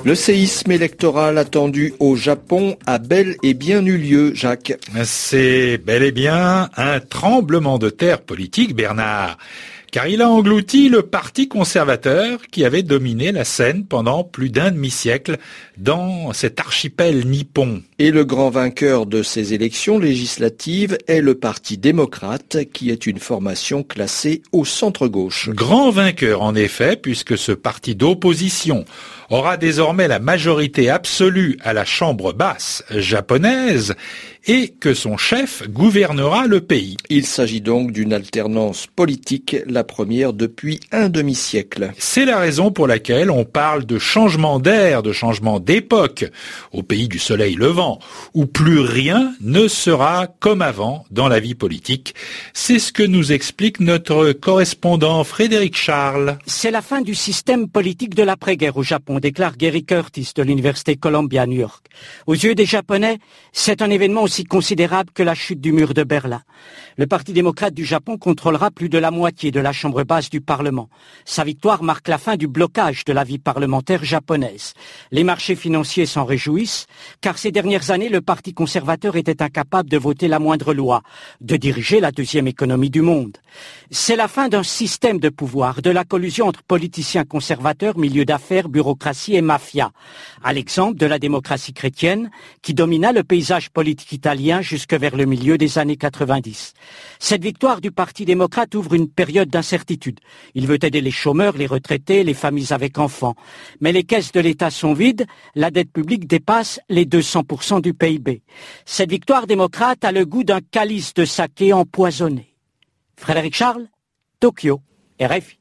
Le séisme électoral attendu au Japon a bel et bien eu lieu, Jacques. C'est bel et bien un tremblement de terre politique, Bernard. Car il a englouti le parti conservateur qui avait dominé la scène pendant plus d'un demi-siècle dans cet archipel nippon. Et le grand vainqueur de ces élections législatives est le Parti démocrate, qui est une formation classée au centre-gauche. Grand vainqueur en effet, puisque ce parti d'opposition aura désormais la majorité absolue à la Chambre basse japonaise et que son chef gouvernera le pays. Il s'agit donc d'une alternance politique, la première depuis un demi-siècle. C'est la raison pour laquelle on parle de changement d'air, de changement d'époque au pays du soleil levant, où plus rien ne sera comme avant dans la vie politique. C'est ce que nous explique notre correspondant Frédéric Charles. C'est la fin du système politique de l'après-guerre au Japon, déclare Gary Curtis de l'Université Columbia à New York. Aux yeux des Japonais, c'est un événement aussi considérable que la chute du mur de Berlin. Le Parti démocrate du Japon contrôlera plus de la moitié de la chambre basse du Parlement. Sa victoire marque la fin du blocage de la vie parlementaire japonaise. Les marchés financiers s'en réjouissent, car ces dernières années, le Parti conservateur était incapable de voter la moindre loi, de diriger la deuxième économie du monde. C'est la fin d'un système de pouvoir, de la collusion entre politiciens conservateurs, milieux d'affaires, bureaucratie et mafia, à l'exemple de la démocratie chrétienne qui domina le paysage politique italien jusque vers le milieu des années 90. Cette victoire du Parti démocrate ouvre une période d'incertitude. Il veut aider les chômeurs, les retraités, les familles avec enfants. Mais les caisses de l'État sont vides, la dette publique dépasse les 200% du PIB. Cette victoire démocrate a le goût d'un calice de saké empoisonné. Frédéric Charles, Tokyo, RFI.